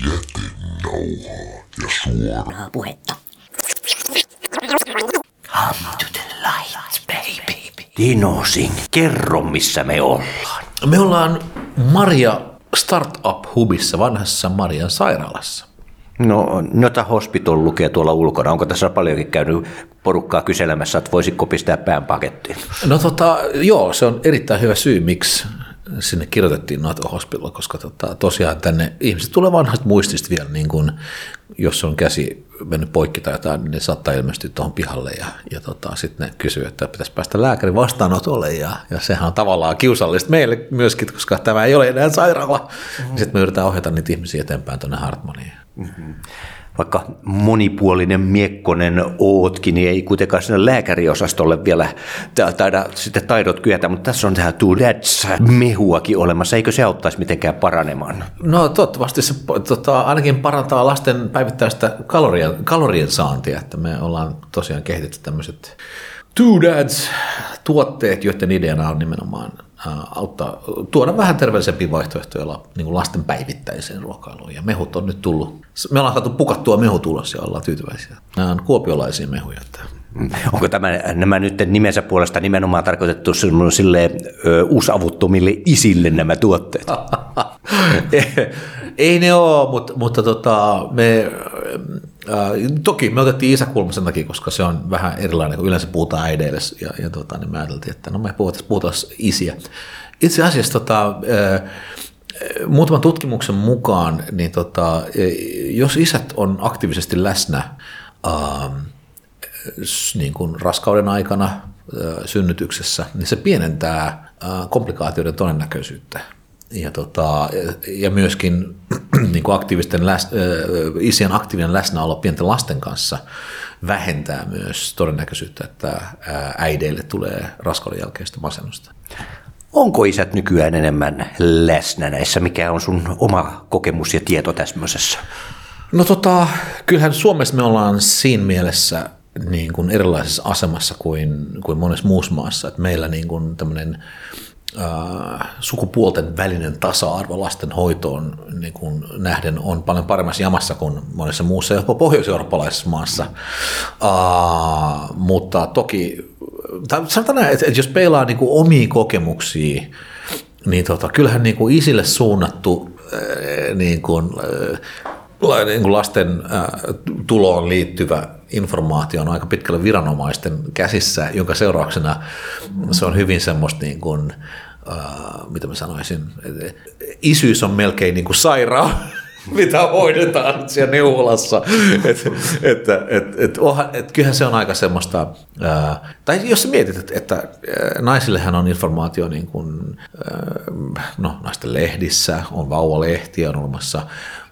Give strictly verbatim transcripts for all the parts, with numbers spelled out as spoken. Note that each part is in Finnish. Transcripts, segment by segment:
Jätenauhaa ja suoraa puhetta. Come to the light, baby. Dinosin, kerro missä me ollaan. Me ollaan Maria Startup-hubissa, vanhassa Marian sairaalassa. No, Nota Hospital lukee tuolla ulkona. Onko tässä paljonkin käynyt porukkaa kyselemässä, että voisitko pistää pään pakettiin? No tota, joo, se on erittäin hyvä syy, miksi sinne kirjoitettiin Nota Hospital, koska tota, tosiaan tänne ihmiset tulee vanhasta muistista vielä, niin kun, jos on käsi mennyt poikki tai jotain, niin ne saattaa ilmestyä tuohon pihalle ja, ja tota, sitten ne kysyy, että pitäisi päästä lääkärin vastaanotolle ja, ja sehän on tavallaan kiusallista meille myöskin, koska tämä ei ole enää sairaala. Mm-hmm. Sitten me yritetään ohjata niitä ihmisiä eteenpäin tuonne Hartmaniin. Mm-hmm. Vaikka monipuolinen miekkonen ootkin, niin ei kuitenkaan sinne lääkäriosastolle vielä taida sitten taidot kyetä, mutta tässä on tämä Tourette's-mehuakin olemassa. Eikö se auttaisi mitenkään paranemaan? No toivottavasti se tota, ainakin parantaa lasten päivittäistä kalorien, kalorien saantia, että me ollaan tosiaan kehitetty tämmöiset Tourette's-tuotteet, joiden ideana on nimenomaan auttaa, tuoda vähän terveellisempiä vaihtoehtoja niin kuin lasten päivittäiseen ruokailuun. Ja mehut on nyt tullut. Me ollaan saatu pukattua mehut ulos ja ollaan tyytyväisiä. Nämä on kuopiolaisia mehuja. Onko tämä, nämä nyt nimensä puolesta nimenomaan tarkoitettu silleen uusavuttomille isille nämä tuotteet? Ei ne ole, mutta, mutta tota, me, äh, toki me otettiin isäkulma sen takia, koska se on vähän erilainen, kun yleensä puhutaan äideille, ja, ja tota, niin me ajateltiin, että no me puhutaan, puhutaan isiä. Itse asiassa tota, äh, muutaman tutkimuksen mukaan, niin tota, jos isät on aktiivisesti läsnä äh, niin kuin raskauden aikana, äh, synnytyksessä, niin se pienentää äh, komplikaatioiden todennäköisyyttä. Ja, tota, ja myöskin niin kuin aktiivisten läs, isien aktiivinen läsnäolo pienten lasten kanssa vähentää myös todennäköisyyttä, että äideille tulee raskauden jälkeistä masennusta. Onko isät nykyään enemmän läsnä näissä? Mikä on sun oma kokemus ja tieto täsmäisessä? No tota, kyllähän Suomessa me ollaan siinä mielessä niin kuin erilaisessa asemassa kuin, kuin monessa muussa maassa, että meillä niin kuin tämmöinen Uh, sukupuolten välinen tasa-arvo lasten hoitoon niin kuin nähden on paljon paremmassa jamassa kuin monessa muussa jopa pohjois-eurooppalaisessa maassa. Uh, mutta toki, tai sanotaan näin, että, että jos peilaa niin kuin omia kokemuksia, niin tota, kyllähän niin kuin isille suunnattu äh, niin kuin, äh, niin kuin lasten äh, tuloon liittyvä informaatio on aika pitkälle viranomaisten käsissä, jonka seurauksena se on hyvin semmoista, niin kuin, uh, mitä mä sanoisin, isyys on melkein niin kuin sairaan, mitä hoidetaan siellä neuvolassa. Että et, et, et, et, kyllähän se on aika semmoista, uh, tai jos sä mietit, että, että naisillehän on informaatio niin kuin, uh, no, naisten lehdissä, on vauvalehtiä, on olemassa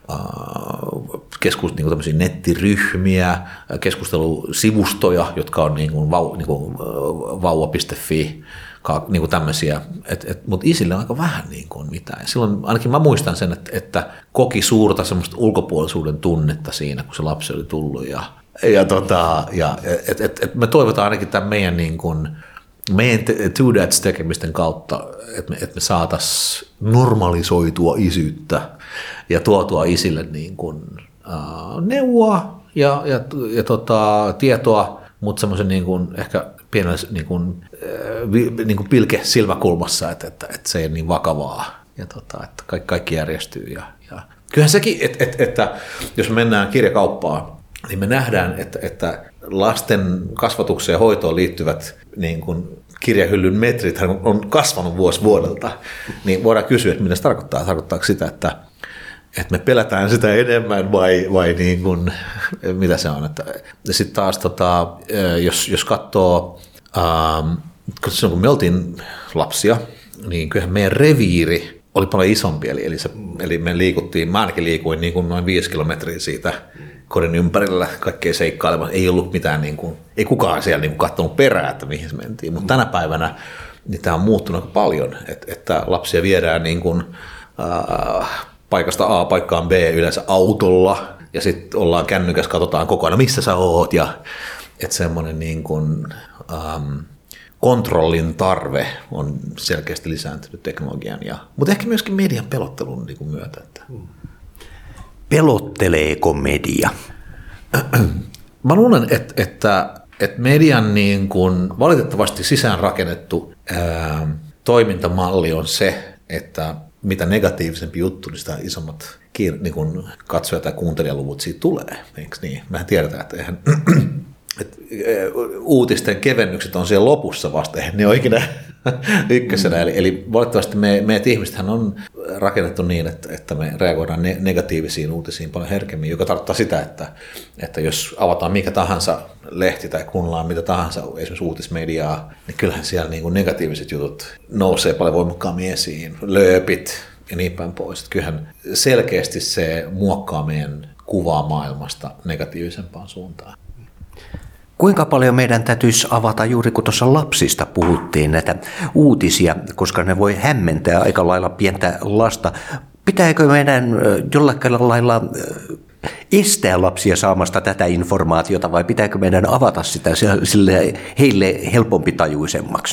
Keskus, niin kuin nettiryhmiä, keskustelusivustoja, jotka on niin kuin vau, niin kuin vauva piste fi, niin kuin tämmöisiä, mutta isille on aika vähän niin kuin mitään. Silloin ainakin mä muistan sen, että, että koki suurta semmoista ulkopuolisuuden tunnetta siinä, kun se lapsi oli tullut. Ja, ja, tota, ja et, et, et me toivotaan ainakin tämän meidän, niin kuin, meidän Tourette's tekemisten kautta, että me, et me saataisiin normalisoitua isyyttä ja tuotua isille niin kuin, uh, neuvoa ja, ja, ja tota, tietoa, mutta semmoisen niin kuin, ehkä pienellä niin kuin, äh, niin kuin pilke silmäkulmassa, että, että, että se ei ole niin vakavaa ja tota, että kaikki, kaikki järjestyy. Ja, ja. Kyllähän sekin, että, että, että jos me mennään kirjakauppaan, niin me nähdään, että, että lasten kasvatukseen ja hoitoon liittyvät niin kuin kirjahyllyn metrit on kasvanut vuosi vuodelta, niin voidaan kysyä, että mitä se tarkoittaa. Tarkoittaako sitä, että, että me pelätään sitä enemmän vai, vai niin kuin, mitä se on. Sitten taas, tota, jos, jos katsoo, ähm, silloin kun me oltiin lapsia, niin kyllähän meidän reviiri oli paljon isompi, eli, eli, se, eli me liikuttiin, mä ainakin liikuin niin kuin noin viisi kilometriä siitä kodin ympärillä kaikkea seikkailemaan. Ei ollut mitään, niin kuin, ei kukaan siellä niin kuin katsonut perään, että mihin se mentiin. Mutta tänä päivänä niin tämä on muuttunut aika paljon, että, että lapsia viedään niin kuin, äh, paikasta A paikkaan B yleensä autolla, ja sitten ollaan kännykässä, katsotaan koko ajan, missä sä oot, ja että semmoinen niin kuin, ähm, kontrollin tarve on selkeästi lisääntynyt teknologian, ja, mutta ehkä myöskin median pelottelun niin kuin myötä. Että. Pelotteleeko media? Mä luulen, että, että, että median niin kuin valitettavasti sisäänrakennettu ää, toimintamalli on se, että mitä negatiivisempi juttu, niin sitä isommat niin kuin katsoja- tai kuuntelijaluvut siitä tulee. Eikö niin? Mehän tiedetään, että eihän että uutisten kevennykset on siellä lopussa vasta, eihän ne ole ikinä ykkösenä. Mm. Eli, eli valitettavasti me, meidät ihmisethän on rakennettu niin, että, että me reagoidaan ne, negatiivisiin uutisiin paljon herkemmin, joka tarkoittaa sitä, että, että jos avataan mikä tahansa lehti tai kuunnellaan mitä tahansa esimerkiksi uutismediaa, niin kyllähän siellä niin kuin negatiiviset jutut nousee paljon voimakkaammin esiin, lööpit ja niin päin pois. Että kyllähän selkeästi se muokkaa meidän kuvaa maailmasta negatiivisempaan suuntaan. Kuinka paljon meidän täytyisi avata, juuri kun tuossa lapsista puhuttiin, näitä uutisia, koska ne voi hämmentää aika lailla pientä lasta. Pitääkö meidän jollakin lailla estää lapsia saamasta tätä informaatiota vai pitääkö meidän avata sitä sille heille helpompi tajuisemmaksi?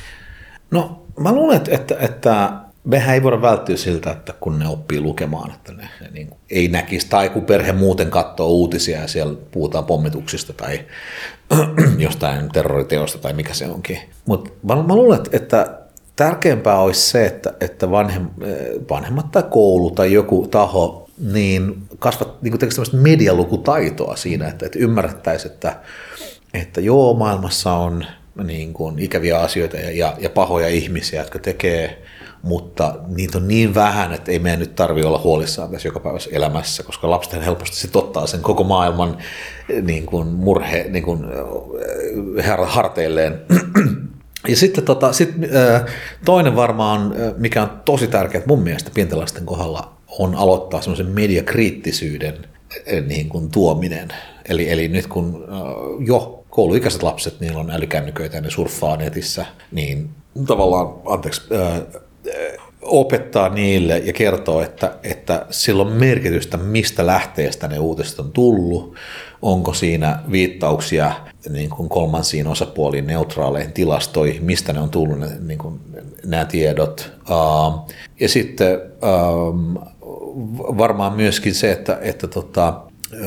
No mä luulen, että, että, että mehän ei voida välttyä siltä, että kun ne oppii lukemaan, että ne, ne niin kuin ei näkisi, tai kun perhe muuten katsoo uutisia ja siellä puhutaan pommituksista tai jostain terroriteosta tai mikä se onkin. Mutta mä, mä luulen, että, että tärkeämpää olisi se, että, että vanhem, vanhemmat tai koulu tai joku taho niin kasvat niin tekisi tämmöistä medialukutaitoa siinä, että, että ymmärrettäisiin, että, että joo, maailmassa on niin kuin ikäviä asioita ja, ja, ja pahoja ihmisiä, jotka tekee, mutta niitä on niin vähän, että ei meidän nyt tarvitse olla huolissaan tässä jokapäiväisessä elämässä, koska lapset helposti sit ottaa sen koko maailman niin kuin murhe niin kuin harteilleen. Ja sitten tota, sit, toinen varmaan, mikä on tosi tärkeää mun mielestä pienten lasten kohdalla, on aloittaa semmoisen mediakriittisyyden niin kuin tuominen. Eli, eli nyt kun jo kouluikäiset lapset, niillä on älykännyköitä ja ne surffaa netissä, niin tavallaan, anteeksi, opettaa niille ja kertoo, että, että sillä on merkitystä, mistä lähteestä ne uutiset on tullut, onko siinä viittauksia niin kuin kolmansiin osapuoliin neutraaleihin tilastoihin, mistä ne on tullut ne, niin kuin, nämä tiedot. Ja sitten varmaan myöskin se, että, että tota,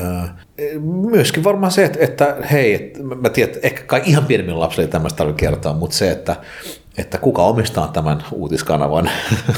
myöskin varmaan se, että, että hei, että mä tiedän, että ehkä kai ihan pienemmillä lapsilla ei tämmöistä tarvitse kertoa, mutta se, että että kuka omistaa tämän uutiskanavan,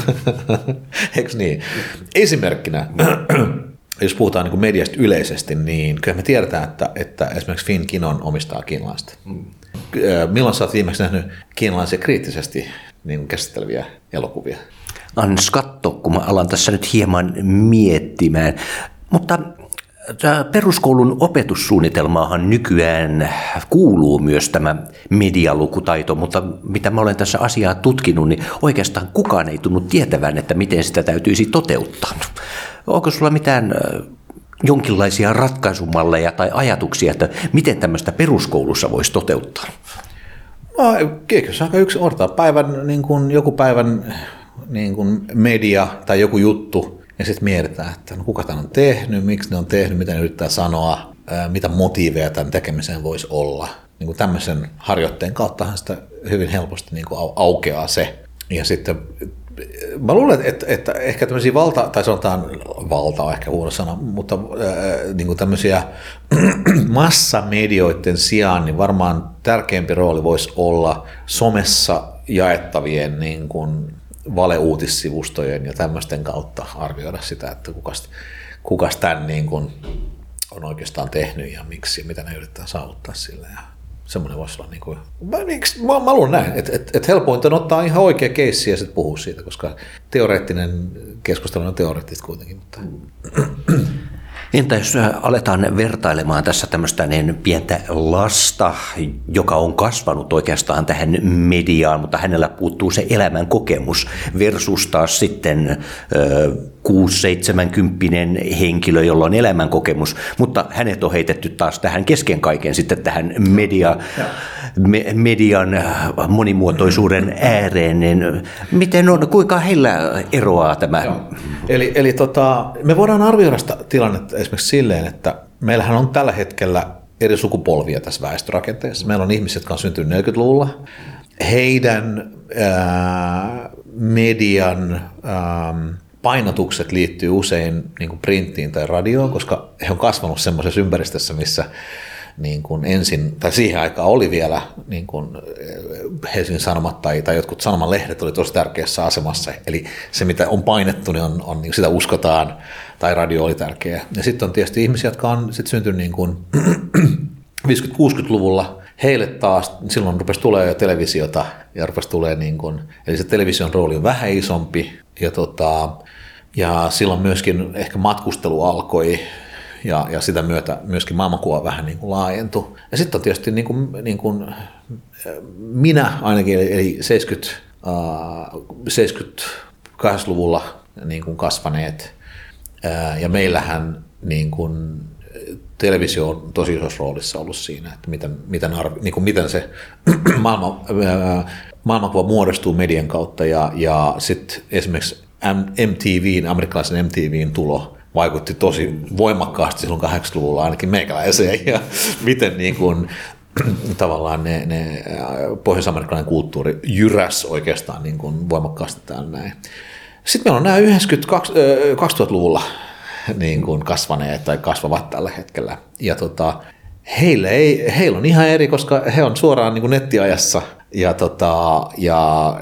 eikö niin? Esimerkkinä, jos puhutaan niin kuin mediasta yleisesti, niin kyllä me tiedetään, että, että esimerkiksi Finn Kinon omistaa kiinalaista. Mm. Milloin sä oot viimeksi nähnyt kiinalaisia kriittisesti niin käsitteleviä elokuvia? Ans katso, kun mä alan tässä nyt hieman miettimään, mutta peruskoulun opetussuunnitelmaahan nykyään kuuluu myös tämä medialukutaito, mutta mitä mä olen tässä asiaa tutkinut, niin oikeastaan kukaan ei tunnu tietävän, että miten sitä täytyisi toteuttaa. Onko sulla mitään jonkinlaisia ratkaisumalleja tai ajatuksia, että miten tämmöistä peruskoulussa voisi toteuttaa? No, eikö se aika yksi ortaa päivän, niin kuin joku päivän niin kuin media tai joku juttu, ja sitten mietitään, että no kuka tämän on tehnyt, miksi ne on tehnyt, mitä ne yrittää sanoa, ää, mitä motiiveja tämän tekemiseen voisi olla. Niin kuin tämmöisen harjoitteen kauttahan sitä hyvin helposti niin kuin aukeaa se. Ja sitten mä luulen, että, että ehkä tämmöisiä valta, tai sanotaan valta on ehkä huono sana, mutta ää, niin kuin tämmöisiä massamedioiden sijaan, niin varmaan tärkeämpi rooli voisi olla somessa jaettavien niin kuin valeuutissivustojen ja tämmöisten kautta arvioida sitä, että kukas, kukas tämän niin kuin on oikeastaan tehnyt ja miksi ja mitä ne yrittää saavuttaa sillä. Ja semmoinen voisi olla, niin kuin, mä, mä, mä luulen näin, että et, et helpointa on ottaa ihan oikea keissi ja sitten puhua siitä, koska teoreettinen keskustelu on teoreettista kuitenkin. Mutta. Entä jos aletaan vertailemaan tässä tämmöistä niin pientä lasta, joka on kasvanut oikeastaan tähän mediaan, mutta hänellä puuttuu se elämän kokemus versus taas sitten kuusi seitsemänkymppinen henkilö, jolla on elämän kokemus, mutta hänet on heitetty taas tähän kesken kaiken sitten tähän media, me, median monimuotoisuuden ääreen, niin miten on, kuinka heillä eroaa tämä? Joo. Eli, eli tota, me voidaan arvioida sitä tilannetta esimerkiksi silleen, että meillähän on tällä hetkellä eri sukupolvia tässä väestörakenteessa. Meillä on ihmisiä, jotka on syntynyt neljäkymmentäluvulla. Heidän ää, median ää, painotukset liittyy usein niin kuin printtiin tai radioon, koska he on kasvanut semmoisessa ympäristössä, missä niin kuin ensin, tai siihen aikaan oli vielä niin kuin Helsingin Sanomat tai, tai jotkut sanomalehdet oli tosi tärkeässä asemassa, eli se mitä on painettu, niin on, on, sitä uskotaan, tai radio oli tärkeä. Ja sitten on tietysti ihmisiä, jotka on sit syntynyt niin kuin viisikymmentä-kuusikymmentäluvulla, heille taas silloin rupesi tulemaan jo televisiota, ja rupesi tulemaan niin kuin, eli se television rooli on vähän isompi, ja, tota, ja silloin myöskin ehkä matkustelu alkoi, Ja, ja sitä myötä myöskin maailmankuva vähän niin kuin laajentui. Ja sitten on tietysti niin kuin, niin kuin minä ainakin, eli seitsemänkymmentä-kahdeksankymmentäluvulla niin kuin kasvaneet. Ja meillähän niin kuin televisio on tosi isossa roolissa ollut siinä, että miten, miten, arvi, niin kuin miten se maailma, maailmankuva muodostuu median kautta. Ja, ja sitten esimerkiksi M T V:n, amerikkalaisen M T V:n tulo vaikutti tosi voimakkaasti silloin kahdeksankymmentäluvulla ainakin meikäläiseen, ja miten niin kuin, tavallaan ne, ne pohjois-amerikkalainen kulttuuri jyräs oikeastaan niin kuin voimakkaasti täällä näin. Sitten meillä on nämä yhdeksänkymmentä-kaksituhattaluvulla niin kuin kasvaneet tai kasvavat tällä hetkellä, ja tota, heille ei, heillä on ihan eri, koska he on suoraan niin kuin nettiajassa, ja, tota, ja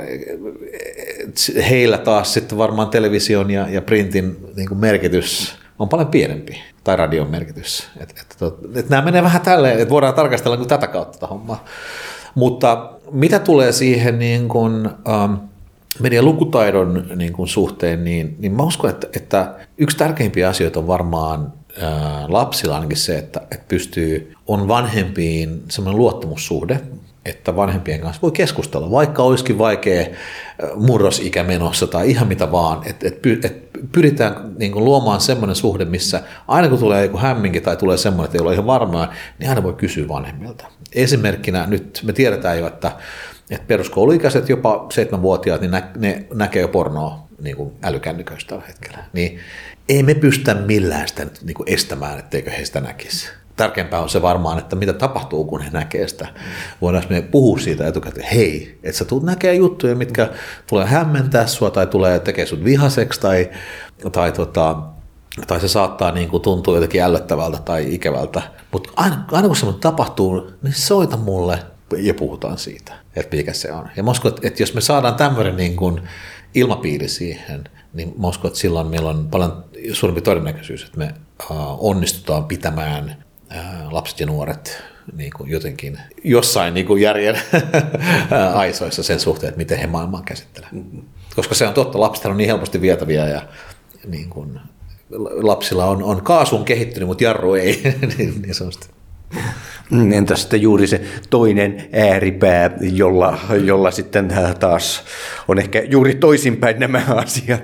heillä taas sitten varmaan television ja, ja printin niin kuin merkitys on paljon pienempi, tai radion merkitys. Et, et, et, et nämä menee vähän tälleen, että voidaan tarkastella niin tätä kautta tätä hommaa. Mutta mitä tulee siihen niin kuin, ähm, median lukutaidon niin kuin suhteen, niin, niin mä uskon, että, että yksi tärkeimpiä asioita on varmaan äh, lapsilla ainakin se, että, että pystyy, on vanhempiin semmoinen luottamussuhde, että vanhempien kanssa voi keskustella, vaikka olisikin vaikea murrosikä menossa tai ihan mitä vaan, että et, et pyritään niin kuin luomaan semmoinen suhde, missä aina kun tulee joku hämminki tai tulee semmoinen, että ei ole ihan varmaa, niin aina voi kysyä vanhemmilta. Esimerkkinä nyt me tiedetään jo, että, että peruskouluikäiset, jopa seitsemänvuotiaat, niin nä, ne näkee jo pornoa niin kuin älykännyköistä tällä hetkellä. Niin ei me pystytä millään sitä niin kuin estämään, etteikö he sitä näkisi. Tärkeämpää on se varmaan, että mitä tapahtuu, kun he näkee sitä. Voidaanko me puhua siitä etukäteen, hei, että sä tulet näkee juttuja, mitkä tulee hämmentää sua tai tulee tekee sut vihaseksi tai, tai, tota, tai se saattaa niin kuin tuntua jotenkin ällöttävältä tai ikävältä. Mutta aina, aina kun semmoinen tapahtuu, niin soita mulle ja puhutaan siitä, että mikä se on. Ja mä uskon, että, että jos me saadaan tämmöinen niin kuin ilmapiiri siihen, niin mä uskon, että silloin meillä on paljon suurempi todennäköisyys, että me onnistutaan pitämään lapset ja nuoret niin kuin jotenkin jossain niin kuin järjen aisoissa sen suhteen, että miten he maailmaa käsittelevät. Koska se on totta, lapset on niin helposti vietäviä ja niin kuin, lapsilla on, on kaasun kehittynyt, mutta jarru ei. niin, niin se on sitten. Entä sitten juuri se toinen ääripää, jolla, jolla sitten taas on ehkä juuri toisinpäin nämä asiat.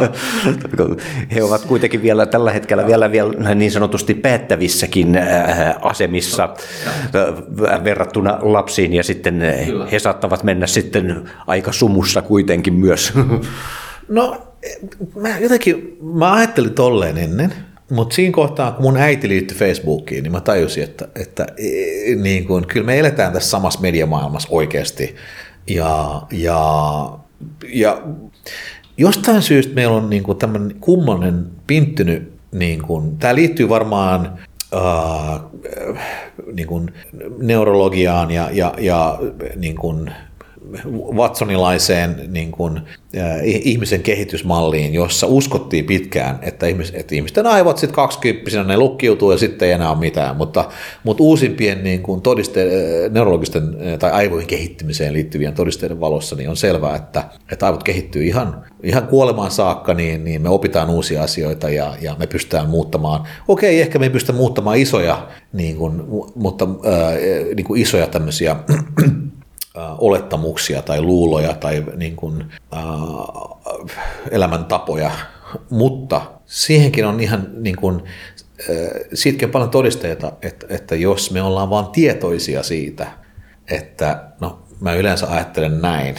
He ovat kuitenkin vielä tällä hetkellä vielä, vielä niin sanotusti päättävissäkin asemissa ja. verrattuna lapsiin, ja sitten Kyllä. he saattavat mennä sitten aika sumussa kuitenkin myös. No mä jotenkin, mä ajattelin tolleen ennen. Mutta siinä kohtaa, kun mun äiti liittyi Facebookiin, niin mä tajusin, että, että niin kun, kyllä me eletään tässä samassa mediamaailmassa oikeasti. Ja, ja, ja jostain syystä meillä on niin kun tämmöinen kummallinen pinttynyt, niin kun, tämä liittyy varmaan äh, niin kun neurologiaan ja, ja, ja niin kun, watsonilaiseen niin kuin, äh, ihmisen kehitysmalliin, jossa uskottiin pitkään, että, ihmis, että ihmisten aivot sitten kaksikymppisenä ne lukkiutuu ja sitten ei enää ole mitään, mutta, mutta uusimpien niin kuin todiste, neurologisten tai aivojen kehittymiseen liittyvien todisteiden valossa niin on selvää, että, että aivot kehittyy ihan, ihan kuolemaan saakka, niin, niin me opitaan uusia asioita ja, ja me pystytään muuttamaan. Okei, ehkä me ei pystytä muuttamaan isoja, niin kuin, mutta äh, niin kuin isoja tämmöisiä olettamuksia tai luuloja tai niin kuin, äh, elämäntapoja, mutta siihenkin on ihan niin kuin, äh, siitäkin on paljon todisteita, että, että jos me ollaan vaan tietoisia siitä, että no mä yleensä ajattelen näin,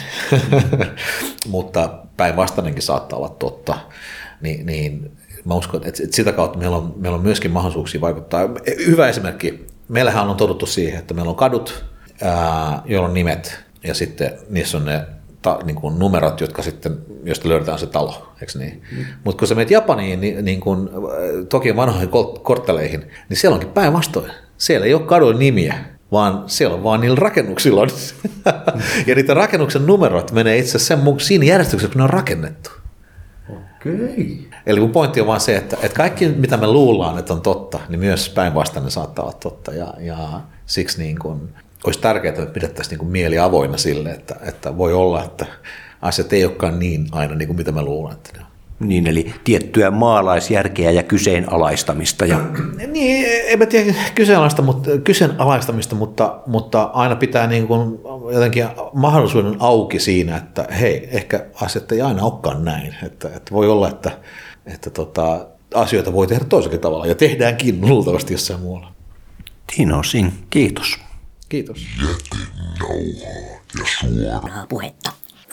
mutta päinvastainenkin saattaa olla totta, niin, niin mä uskon, että sitä kautta meillä on, meillä on myöskin mahdollisuuksia vaikuttaa. Hyvä esimerkki, meillähän on totuttu siihen, että meillä on kadut, Ää, joilla on nimet, ja sitten niissä on ne ta, niin kuin numerot, jotka sitten, josta löydetään se talo, eikö niin? Mm. Mutta kun sä menet Japaniin, niin, niin kuin, toki vanhoihin kortteleihin, niin siellä onkin päinvastoin. Siellä ei ole kadun nimiä, vaan siellä on vaan niillä rakennuksilla on. Ja niitä rakennuksen numerot menee itse asiassa sen, siinä järjestyksessä, kun ne on rakennettu. Okei. Eli mun pointti on vaan se, että, että kaikki mitä me luullaan, että on totta, niin myös päinvastainen saattaa olla totta. Ja, ja siksi niin kuin, olisi tärkeää, että pidettäisiin niin kuin mieli avoinna sille, että, että voi olla, että asiat ei olekaan niin aina niin kuin mitä me luullaan, että ne on. Niin, eli tiettyä maalaisjärkeä ja kyseenalaistamista. Ja... Niin, en mä tiedä kyseenalaista, mutta, kyseenalaistamista, mutta, mutta aina pitää niin kuin jotenkin mahdollisuuden auki siinä, että hei, ehkä asiat ei aina olekaan näin. Että, että voi olla, että, että tota, asioita voi tehdä toisenkin tavalla, ja tehdäänkin luultavasti jossain muualla. Tino Singh, kiitos. Kiitos. Jätenauhaa ja suoraa puhetta.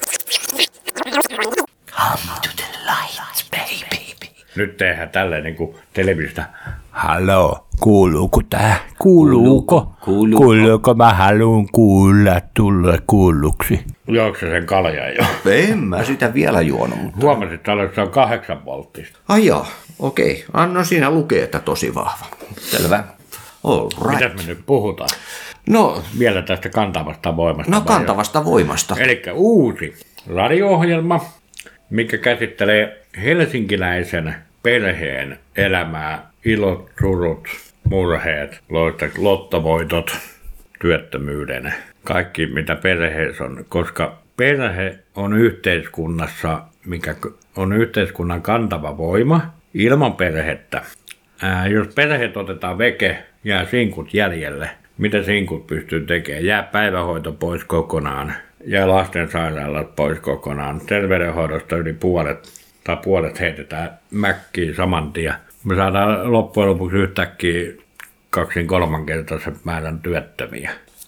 Come to the light, baby. Nyt tehdään tälleen niin kuin televisiosta. Haloo, kuuluuko tää? Kuuluuko? Kuuluuko? Kuuluuko? Mä haluun kuulla, tulla kuulluksi. Juokse sen kaljan jo. En mä sitä vielä juonut, mutta... Huomasit, että se on kahdeksan volttista. Ai jaa, okei. No siinä lukee, että tosi vahva. Selvä. All right. Mitäs me nyt puhutaan? No, Vielä tästä kantavasta voimasta. no kantavasta voimasta. Eli uusi radio-ohjelma, mikä käsittelee helsinkiläisen perheen elämää, ilot, surut, murheet, lottovoitot, työttömyyden, kaikki mitä perheessä on, koska perhe on yhteiskunnassa, mikä on yhteiskunnan kantava voima ilman perhettä. Ää, jos perheet otetaan veke, jää sinkut jäljelle. Mitä sinkut pystyy tekemään? Jää päivähoito pois kokonaan, jää lastensairaalat pois kokonaan, terveydenhoidosta yli puolet tai puolet heitetään mäkkiin saman tien. Me saadaan loppujen lopuksi yhtäkkiä kaksin kolmankertaisen määrän työttömiä.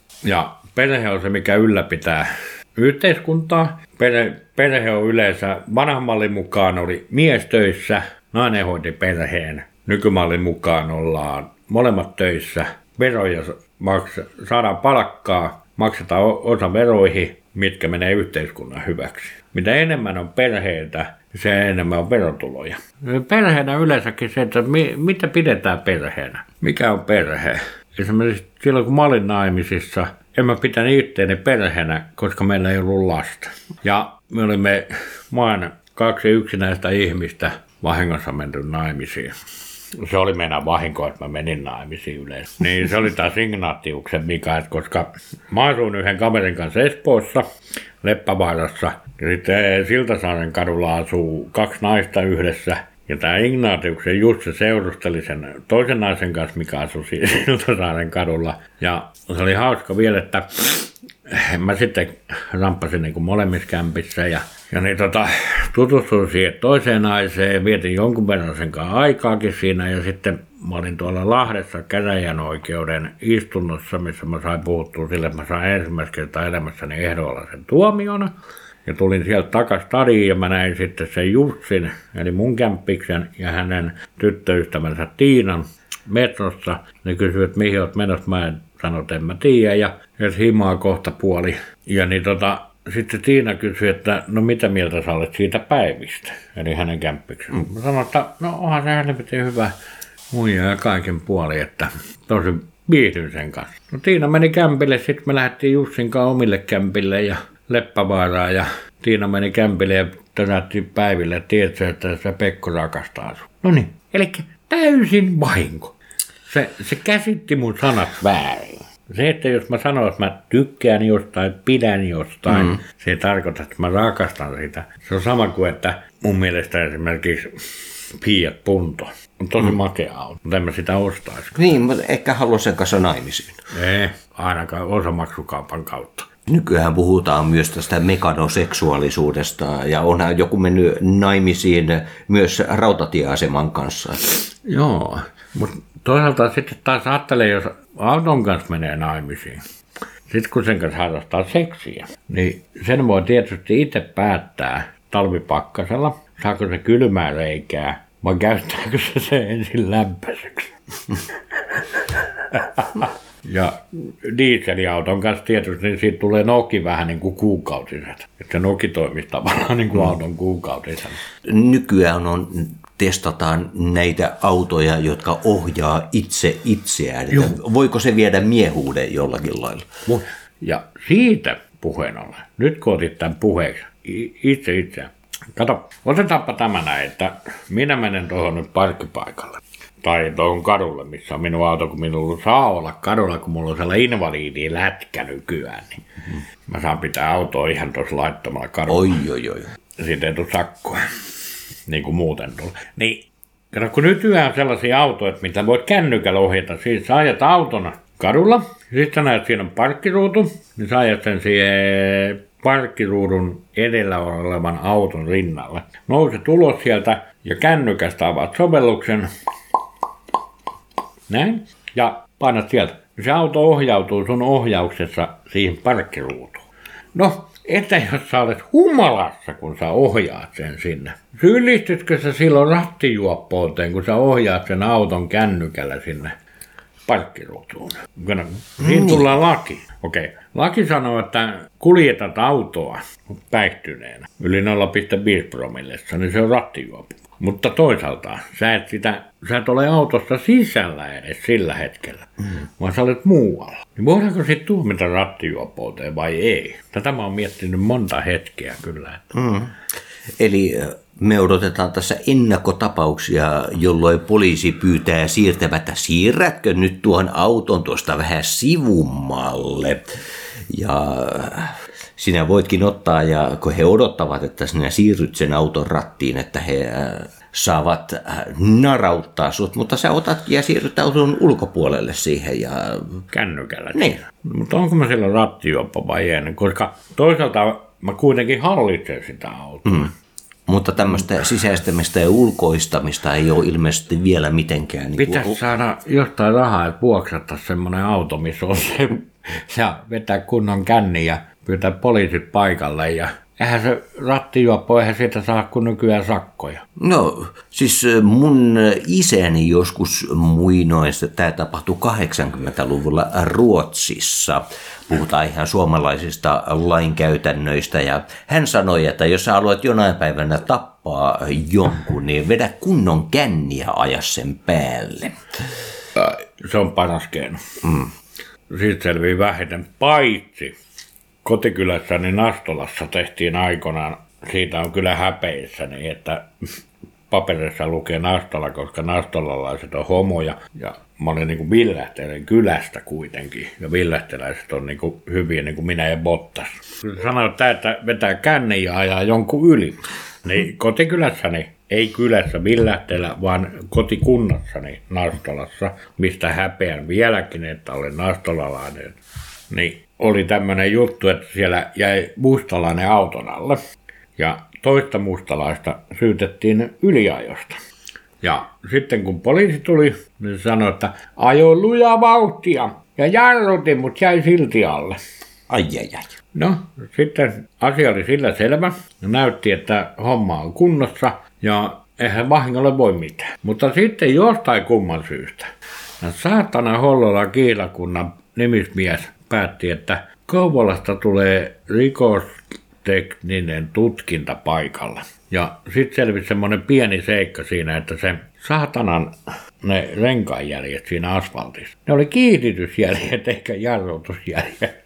Ja perhe on se, mikä ylläpitää yhteiskuntaa. Perhe, perhe on yleensä, vanhan mallin mukaan oli mies töissä, nainen hoiti perheen. Nykymallin mukaan ollaan molemmat töissä, veroja maksa, saadaan palkkaa, maksetaan osa veroihin, mitkä menee yhteiskunnan hyväksi. Mitä enemmän on perheitä, se enemmän on verotuloja. Perheenä yleensäkin se, että mi, mitä pidetään perheenä. Mikä on perhe? Esimerkiksi silloin kun mä olin naimisissa, en mä pitänyt itteeni perheenä, koska meillä ei ollut lasta. Ja me olimme maan kaksi yksinäistä ihmistä vahingossa menty naimisiin. Se oli meidän vahinko, että mä menin naimisiin yleensä. Niin se oli taas Ignatiuksen Mika, koska mä asuin yhden kaverin kanssa Espoossa, Leppävaarassa. Ja sitten Siltasaaren kadulla asuu kaksi naista yhdessä. Ja tämä Ignatiuksen Jussi seurusteli sen toisen naisen kanssa, mikä asui Siltasaaren kadulla. Ja se oli hauska vielä, että mä sitten ramppasin niin kuin molemmissa kämpissä ja, ja niin tota, tutustuin siihen toiseen naiseen, vietin jonkun verran sen kanssa aikaakin siinä ja sitten mä olin tuolla Lahdessa käräjän oikeuden istunnossa, missä mä sain puhuttua sille, että mä sain ensimmäistä kertaa elämässäni ehdollisen tuomion. Ja tulin sieltä takaisin stadiin ja mä näin sitten sen Jussin, eli mun kämppiksen ja hänen tyttöystävänsä Tiinan metrossa. Ne kysyivät, että mihin olet menossa, mä en sano, että en mä tiedä, ja, ja himaa kohta puoli. Ja niin tota, sitten Tiina kysyi, että no mitä mieltä sä olet siitä Päivistä, eli hänen kämppiksen. Mm. Mä sanoin, että no onhan se helvetin hyvä muija ja kaiken puoli, että tosi viihdyin sen kanssa. No Tiina meni kämpille, sitten me lähdettiin Jussin kanssa omille kämpille ja Leppävaaraan, ja Tiina meni kämpille ja tänättiin Päiville, että tiedätkö, että se Pekko rakastaa sun. No niin, eli täysin vahinko. Se, se käsitti mun sanat väärin. Se, että jos mä sanon, että mä tykkään jostain, pidän jostain, mm. se ei tarkoita, että mä rakastan sitä. Se on sama kuin, että mun mielestä esimerkiksi Fiat Punto on tosi mm. makea auto, mutta en mä sitä ostaisi. Niin, mutta ehkä halua sen kanssa naimisiin. Ei, ainakaan osamaksukaupan kautta. Nykyään puhutaan myös tästä mekanoseksuaalisuudesta ja onhan joku mennyt naimisiin myös rautatieaseman kanssa. Joo, mutta toisaalta sitten taas ajattelee, jos auton kanssa menee naimisiin, sitten kun sen kanssa harrastaa seksiä, niin sen voi tietysti itse päättää talvipakkasella, saako se kylmää reikää vai käyttääkö se se ensin lämpöiseksi. Ja dieseliauton kanssa tietysti, niin siitä tulee noki vähän niin kuin kuukautiset. Että se noki toimii tavallaan niin kuin mm. auton kuukautiset. Nykyään on, testataan näitä autoja, jotka ohjaa itse itseään. Voiko se viedä miehuuden jollakin lailla? Ja siitä puheen ollen. Nyt kun otit tämän puheeksi, itse itseään. Kato, otetaanpa tämä näin, että minä menen tuohon nyt parkkipaikalle. Tai tuohon kadulle, missä on minun auto, kun minulla saa olla kadulla, kun mulla on sellainen invaliidi lätkä nykyään. Niin mm. mä saan pitää autoa ihan tuossa laittomalla kadulla. Oi, oi, oi. Siitä ei tule sakkoa, niin kuin muuten tulee. Niin, kato, kun nykyään on sellaisia autoja, mitä voit kännykällä ohjata. Siis sä ajat auton kadulla, sitten sä näet, siinä on parkkiruutu, niin sä ajat sen siihen parkkiruudun edellä olevan auton rinnalle. Nouset ulos sieltä ja kännykästä avaat sovelluksen. Näin. Ja painat sieltä. Se auto ohjautuu sun ohjauksessa siihen parkkiruutuun. No, että jos sä olet humalassa, kun sä ohjaat sen sinne. Syyllistytkö sä silloin rattijuoppouteen, kun sä ohjaat sen auton kännykällä sinne parkkiruutuun? Siinä tullaan laki. Okei. Okay. Laki sanoo, että kuljetat autoa päihtyneenä yli nolla pilkku viisi promillessa, niin se on rattijuoppo. Mutta toisaalta sä et, sitä, sä et ole autossa sisällä edes sillä hetkellä, mm. vaan sä olet muualla. Niin voidaanko sitten tuomita rattijuoppouteen vai ei? Tätä mä oon miettinyt monta hetkeä kyllä. Mm. Eli me odotetaan tässä ennakkotapauksia, jolloin poliisi pyytää siirtämättä, siirrätkö nyt tuon auton tuosta vähän sivummalle. Ja sinä voitkin ottaa, ja kun he odottavat, että sinä siirryt sen auton rattiin, että he saavat narauttaa sut, mutta sä otatkin ja siirryt auton ulkopuolelle siihen. Ja kännykällä. Niin. Mutta onko mä silloin rattijuoppo vai en? Koska toisaalta mä kuitenkin hallitsen sitä autoa. Mm. Mutta tämmöistä sisäistämistä ja ulkoistamista ei ole ilmeisesti vielä mitenkään. Niin pitäisi kuin saada jostain rahaa, että vuokrata semmoinen auto, missä on se, ja vetää kunnon känni ja pyytää poliisit paikalle. Ja eihän se rattijuoppo, eihän siitä saa kuin nykyään sakkoja. No, siis mun isäni joskus muinoin, että tämä tapahtui kahdeksankymmentäluvulla Ruotsissa. Puhutaan ihan suomalaisista lainkäytännöistä, ja hän sanoi, että jos sä haluat jonain päivänä tappaa jonkun, niin vedä kunnon känniä ja aja sen päälle. Se on paras keino. Mm. Siitä selvii vähiten, paitsi kotikylässäni Nastolassa tehtiin aikoinaan, siitä on kyllä häpeissäni, että paperissa lukee Nastola, koska nastolalaiset on homoja, ja mä olin niin kuin Villähtelen kylästä kuitenkin, ja villähteläiset on niin kuin hyviä niin kuin minä ja Bottas. Sanoit, että vetää känni ja ajaa jonkun yli, niin kotikylässäni, ei kylässä Villähtelä, vaan kotikunnassani Nastolassa, mistä häpeän vieläkin, että olen nastolalainen, niin oli tämmöinen juttu, että siellä jäi mustalainen auton alle, ja toista mustalaista syytettiin yliajosta. Ja sitten kun poliisi tuli, niin sanoi, että ajoin lujaa vauhtia ja jarrutin, mutta jäi silti alle. Ai ai ai. No, sitten asia oli sillä selvä. Näytti, että homma on kunnossa ja eihän vahingolle voi mitään. Mutta sitten jostain kumman syystä saatana Hollola kiilakunnan nimismies päätti, että Kouvolasta tulee rikostekninen tutkinta paikalla. Ja sitten selvisi semmoinen pieni seikka siinä, että se saatanan ne renkaanjäljet siinä asfaltissa, ne oli kiihdytysjäljet eikä jarrutusjäljet.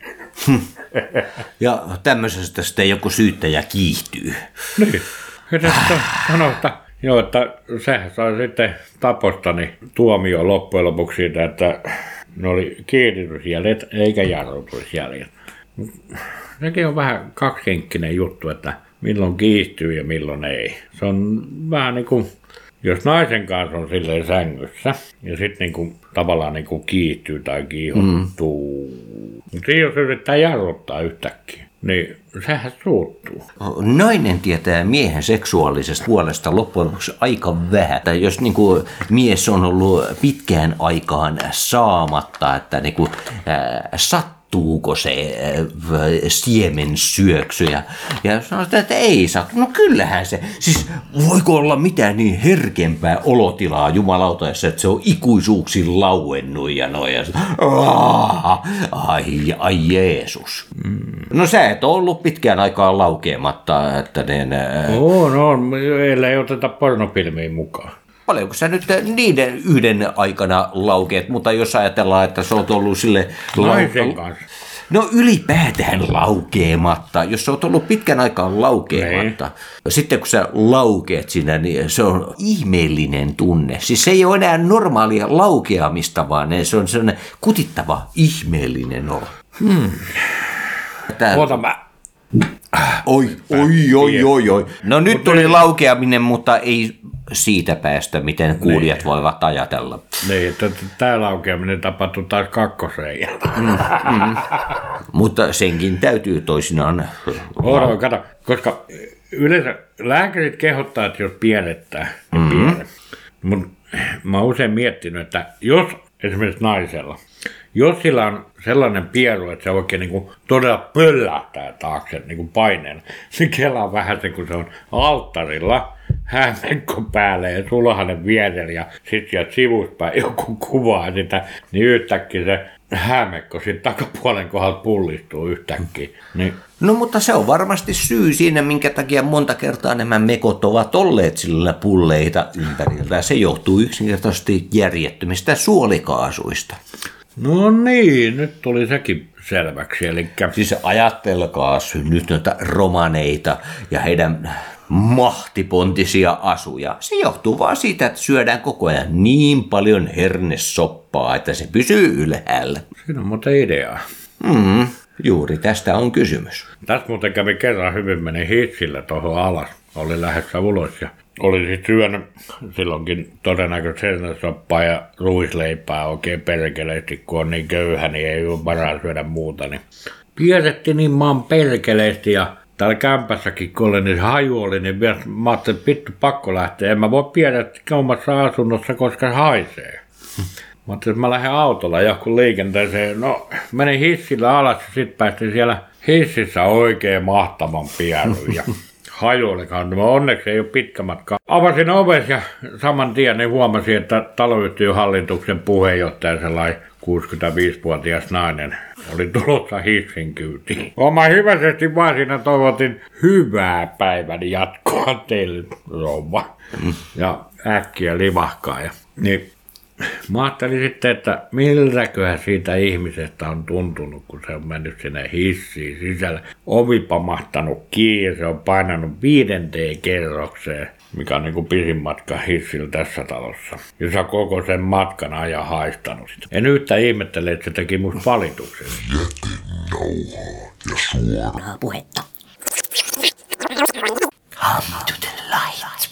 Ja tämmöisestä sitten joku syyttäjä kiihtyy. Niin. Ja sitten sanoi, että joo, että sehän sai sitten tapostani tuomio loppujen lopuksi siitä, että ne oli kiihdytysjäljet eikä jarrutusjäljet. Sekin on vähän kaksikenkkinen juttu, että milloin kiihtyy ja milloin ei. Se on vähän niin kuin, jos naisen kanssa on silleen sängyssä ja sitten niin kuin, tavallaan niin kuin kiihtyy tai kiihottuu. Mm. Mutta jos yrittää jarruttaa yhtäkkiä, niin sehän suuttuu. Nainen tietää miehen seksuaalisesta puolesta loppujen lopuksi aika vähän. Tai jos niin kuin, mies on ollut pitkään aikaan saamatta, että niin kuin, äh, sattuu sattuuko se äh, siemen syöksy. Ja, ja sanoin, että ei sattu. No kyllähän se. Siis voiko olla mitään niin herkempää olotilaa jumalauta, että se on ikuisuuksiin lauennut ja noin. Ja ai, ai Jeesus. Mm. No sä et ole ollut pitkään aikaa laukeamatta. Että ne, on, on. Meillä ei oteta pornofilmiin mukaan. Paljonko sä nyt niiden yhden aikana laukeet, mutta jos ajatellaan, että sä oot ollut sille... Naisen lau- kanssa. No ylipäätään laukeamatta, jos sä oot ollut pitkän aikaa laukeamatta. Ei. Sitten kun sä laukeat siinä, niin se on ihmeellinen tunne. Siis se ei ole enää normaalia laukeamista, vaan se on sellainen kutittava ihmeellinen olo. Hmm. Tää... Oota mä... Oi, oi, oi, oi, oi. No nyt tuli laukeaminen, mutta ei siitä päästä, miten kuulijat niin voivat ajatella. Niin, että tämä laukeaminen tapahtui taas kakkoseen. Mm, mm. Mutta senkin täytyy toisinaan... Oota, kato, koska yleensä lääkärit kehottaa, että jos pienentää, niin mm-hmm. pienen. Mutta mä oon usein miettinyt, että jos esimerkiksi naisella, jos sillä on sellainen pieru, että se oikein niin kuin todella pöllähtää taakse niin kuin paineen, niin kelaa vähän se, kun se on alttarilla, häämekko päälle ja sulhanen vierellä ja sitten sieltä sivuspäin joku kuvaa sitä, niin yhtäkkiä se häämekko sitten takapuolen kohdalta pullistuu yhtäkkiä. Niin. No mutta se on varmasti syy siinä, minkä takia monta kertaa nämä mekot ovat olleet sillä pulleita ympäriltä. Se johtuu yksinkertaisesti järjettömistä suolikaasuista. No niin, nyt tuli sekin selväksi. Elikkä... Siis ajattelkaas nyt noita romaneita ja heidän mahtipontisia asuja. Se johtuu vaan siitä, että syödään koko ajan niin paljon hernesoppaa, että se pysyy ylhäällä. Siinä on muuten ideaa. Mm, juuri tästä on kysymys. Tässä muuten kävi kerran hyvin, meni hitsillä tuohon alas. Oli lähdössä ulos ja oli sitten syönyt silloinkin todennäköisesti hernesoppaa ja ruisleipää oikein perkeleesti, kun on niin köyhä, niin ei ole varaa syödä muuta. Niin piirrettiin niin maan perkeleesti ja täällä kämpässäkin, kun oli, niin se haju oli, niin mä ajattelin, että vittu pakko lähteä. En mä voi piirrettä omassa asunnossa, koska se haisee. Mä ajattelin, että mä lähden autolla joku liikenteeseen. No, menin hissillä alas ja sitten päästin siellä hississä oikein mahtavan pierun. Ja haju oli kantama. Onneksi ei ole pitkä matka. Avasin oven ja saman tien niin huomasin, että taloyhtiön hallituksen puheenjohtaja, sellainen kuusikymmentäviisivuotias nainen, oli tulossa hissin kyytiin. Oma hyväisesti vaan siinä toivotin hyvää päivän jatkoa teille, rouva. Ja äkkiä livahkaa. Ja, niin mä ajattelin sitten, että miltäköhän siitä ihmisestä on tuntunut, kun se on mennyt sinne hissiin sisälle. Ovi pamahtanut kiinni, se on painanut viidenteen kerrokseen, mikä on niin kuin pisin matka hissillä tässä talossa. Ja se on koko sen matkan ajan haistanut sitä. En yhtään ihmettele, että se teki musta valituksen. Jätin nauhaa ja suoraa puhetta. Come to the light.